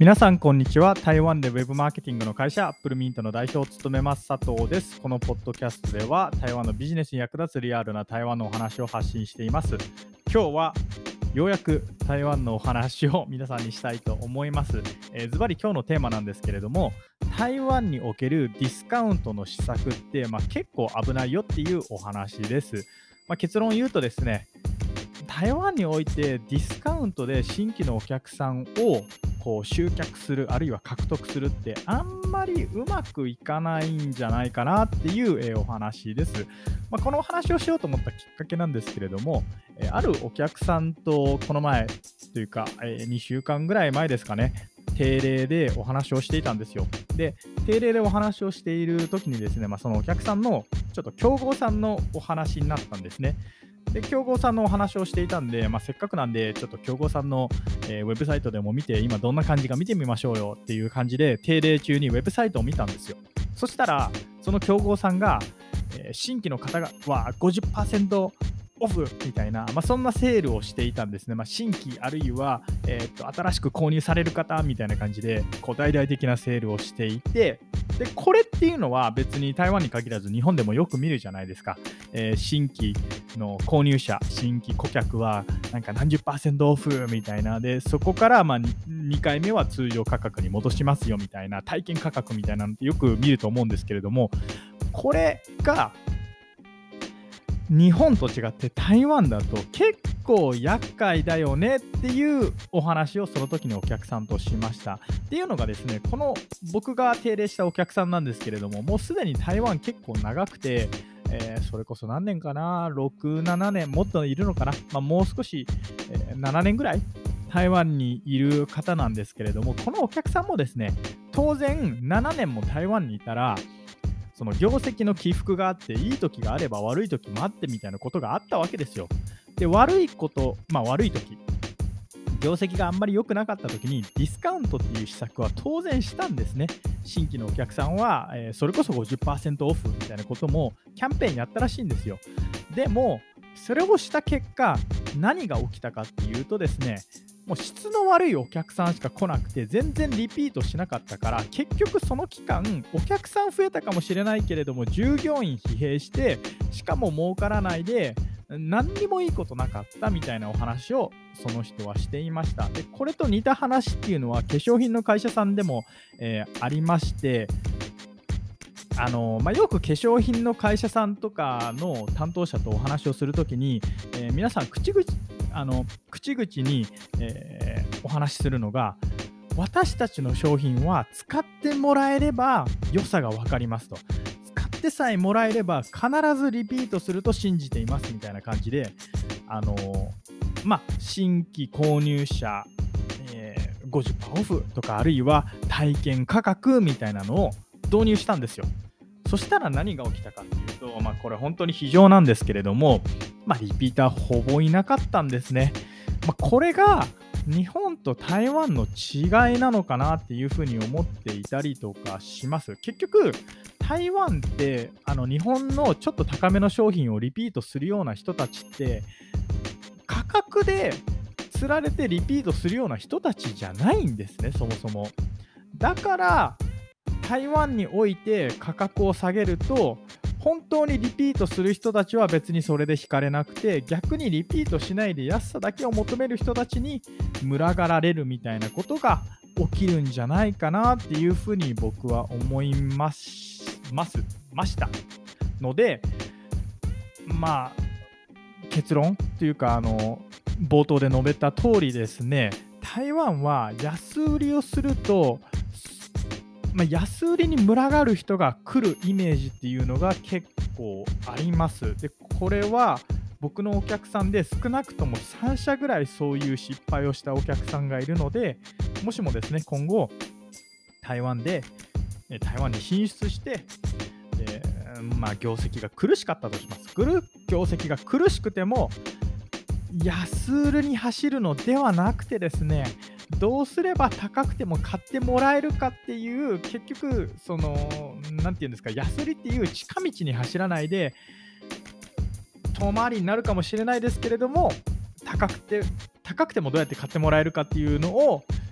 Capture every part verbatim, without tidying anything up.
皆さんこんにちは。台湾でウェブマーケティングの会社アップルミントの代表を務めます佐藤です。このポッドキャストでは台湾のビジネスに役立つリアルな台湾のお話を発信しています。今日はようやく台湾のお話を皆さんにしたいと思います。えー、ズバリ今日のテーマなんですけれども、台湾におけるディスカウントの施策って、まあ、結構危ないよっていうお話です。まあ、結論を言うとですね、台湾においてディスカウントで新規のお客さんをこう集客する、あるいは獲得するってあんまりうまくいかないんじゃないかなっていう、えーお話です。まあ、このお話をしようと思ったきっかけなんですけれども、えーあるお客さんとこの前というか、えーにしゅうかんぐらい前ですかね、定例でお話をしていたんですよ。で、定例でお話をしている時にですね、まあ、そのお客さんのちょっと競合さんのお話になったんですね。で、競合さんのお話をしていたんで、まあ、せっかくなんで、ちょっと競合さんの、えーウェブサイトでも見て、今どんな感じか見てみましょうよっていう感じで、定例中にウェブサイトを見たんですよ。そしたら、その競合さんが、えー新規の方がはごじゅっパーセントオフみたいな、まあ、そんなセールをしていたんですね。まあ、新規あるいは、えーっと新しく購入される方みたいな感じで、こう大々的なセールをしていて、で、これっていうのは別に台湾に限らず日本でもよく見るじゃないですか。えー新規の購入者、新規顧客はなんか何十パーセントオフみたいなで、そこからまあ にかいめは通常価格に戻しますよみたいな、体験価格みたいなのってよく見ると思うんですけれども、これが日本と違って台湾だと結構厄介だよねっていうお話をその時にお客さんとしました。っていうのがですね、この僕が定例したお客さんなんですけれども、もうすでに台湾結構長くて、えーそれこそ何年かな、ろく、ななねん、もっといるのかな、まあ、もう少し、えーななねんぐらい台湾にいる方なんですけれども、このお客さんもですね、当然ななねんも台湾にいたら、その業績の起伏があって、いい時があれば悪い時もあってみたいなことがあったわけですよ。で、悪いこと、まあ悪い時、業績があんまり良くなかった時にディスカウントっていう施策は当然したんですね。新規のお客さんは、えーそれこそごじゅっパーセントオフみたいなこともキャンペーンやったらしいんですよ。でも、それをした結果、何が起きたかっていうとですね、もう質の悪いお客さんしか来なくて全然リピートしなかったから、結局その期間お客さん増えたかもしれないけれども従業員疲弊して、しかも儲からないで何にもいいことなかったみたいなお話をその人はしていました。で、これと似た話っていうのは化粧品の会社さんでも、えーありまして、あのまあ、よく化粧品の会社さんとかの担当者とお話をするときに、えー皆さん口々あの口々に、えーお話しするのが、私たちの商品は使ってもらえれば良さが分かりますと。使ってさえもらえれば必ずリピートすると信じていますみたいな感じで、あのまあ、新規購入者、えーごじゅっパーセントオフとか、あるいは体験価格みたいなのを導入したんですよ。そしたら何が起きたかっていうと、まあ、これ本当に非常なんですけれども、まあ、リピーターほぼいなかったんですね。まあ、これが日本と台湾の違いなのかなっていうふうに思っていたりとかします。結局台湾ってあの日本のちょっと高めの商品をリピートするような人たちって価格で釣られてリピートするような人たちじゃないんですね、そもそも。だから台湾において価格を下げると、本当にリピートする人たちは別にそれで惹かれなくて、逆にリピートしないで安さだけを求める人たちに群がられるみたいなことが起きるんじゃないかなっていうふうに僕は思いますますましたので、まあ結論というか、あの冒頭で述べた通りですね、台湾は安売りをすると、まあ、安売りに群がる人が来るイメージっていうのが結構あります。で、これは僕のお客さんで少なくともさん社ぐらいそういう失敗をしたお客さんがいるので、もしもですね、今後台湾でえ台湾に進出して、でまあ、業績が苦しかったとします。ぐる業績が苦しくても安売りに走るのではなくてですね、どうすれば高くても買ってもらえるかっていう、結局そのなんていうんですか、安売りっていう近道に走らないで遠回りになるかもしれないですけれども、高くて高くてもどうやって買ってもらえるかっていうのを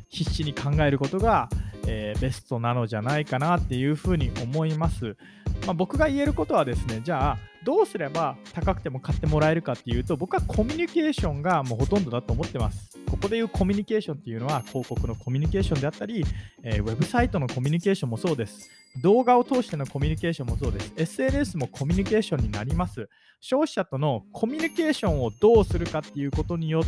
必死に考えることが、えーベストなのじゃないかなっていうふうに思います。まあ、僕が言えることはですね、じゃあどうすれば高くても買ってもらえるかっていうと、僕はコミュニケーションがもうほとんどだと思ってます。ここでいうコミュニケーションっていうのは、広告のコミュニケーションであったり、えーウェブサイトのコミュニケーションもそうです。動画を通してのコミュニケーションもそうです。エスエヌエス もコミュニケーションになります。消費者とのコミュニケーションをどうするかっていうことによって、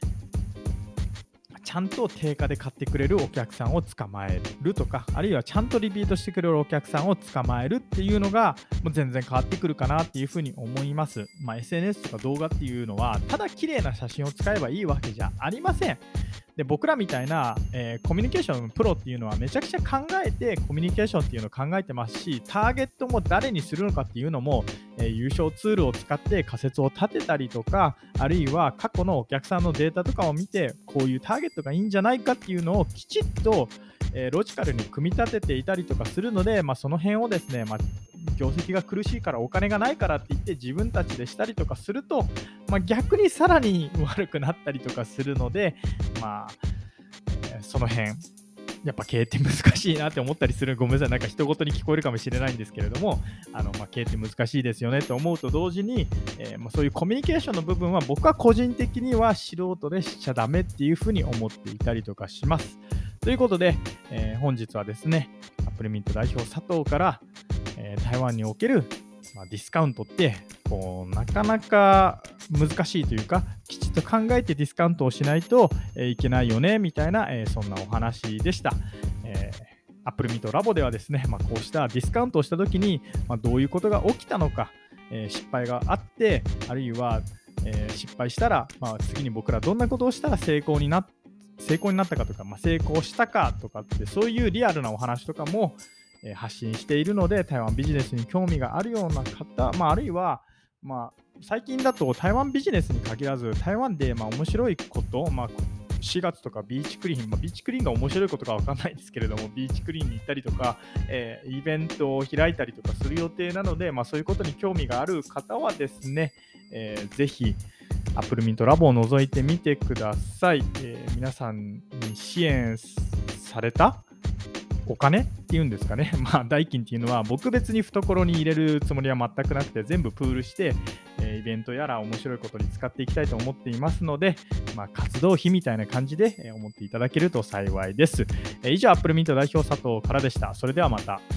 ちゃんと定価で買ってくれるお客さんを捕まえるとか、あるいはちゃんとリピートしてくれるお客さんを捕まえるっていうのが、もう全然変わってくるかなっていうふうに思います。まあ、エスエヌエス とか動画っていうのは、ただ綺麗な写真を使えばいいわけじゃありません。で、僕らみたいな、えーコミュニケーションのプロっていうのはめちゃくちゃ考えてコミュニケーションっていうのを考えてますし、ターゲットも誰にするのかっていうのも、えー優勝ツールを使って仮説を立てたりとか、あるいは過去のお客さんのデータとかを見て、こういうターゲットがいいんじゃないかっていうのをきちっと、えーロジカルに組み立てていたりとかするので、まあ、その辺をですね、まあ、業績が苦しいからお金がないからって言って自分たちでしたりとかすると、まあ、逆にさらに悪くなったりとかするので、まあ、えーその辺やっぱ経営って難しいなって思ったりする。ごめんなさい、なんか人事に聞こえるかもしれないんですけれども、あのまあ経営って難しいですよねと思うと同時に、えーまあ、そういうコミュニケーションの部分は僕は個人的には素人でしちゃダメっていうふうに思っていたりとかします。ということで、えー本日はですね、アップルミント代表佐藤から、えー台湾における、まあ、ディスカウントってこうなかなか難しいというか、きちっと考えてディスカウントをしないと、えーいけないよねみたいな、えーそんなお話でした。えー Apple Meet ラボではですね、まあ、こうしたディスカウントをしたときに、まあ、どういうことが起きたのか、えー失敗があって、あるいは、えー失敗したら、まあ、次に僕らどんなことをしたら成功にな成功になったかとか、まあ、成功したかとかって、そういうリアルなお話とかも、えー発信しているので、台湾ビジネスに興味があるような方、まあ、あるいは、まあ、最近だと台湾ビジネスに限らず、台湾でまあ面白いこと、まあ、しがつとかビーチクリーン、まあ、ビーチクリーンが面白いことかわかんないですけれども、ビーチクリーンに行ったりとか、えーイベントを開いたりとかする予定なので、まあ、そういうことに興味がある方はですね、えーぜひ、アップルミントラボを覗いてみてください。えー皆さんに支援されたお金っていうんですかね、まあ、代金っていうのは僕別に懐に入れるつもりは全くなくて、全部プールして、えーイベントやら面白いことに使っていきたいと思っていますので、まあ、活動費みたいな感じで、えー思っていただけると幸いです。えー以上、アップルミント代表佐藤からでした。それではまた。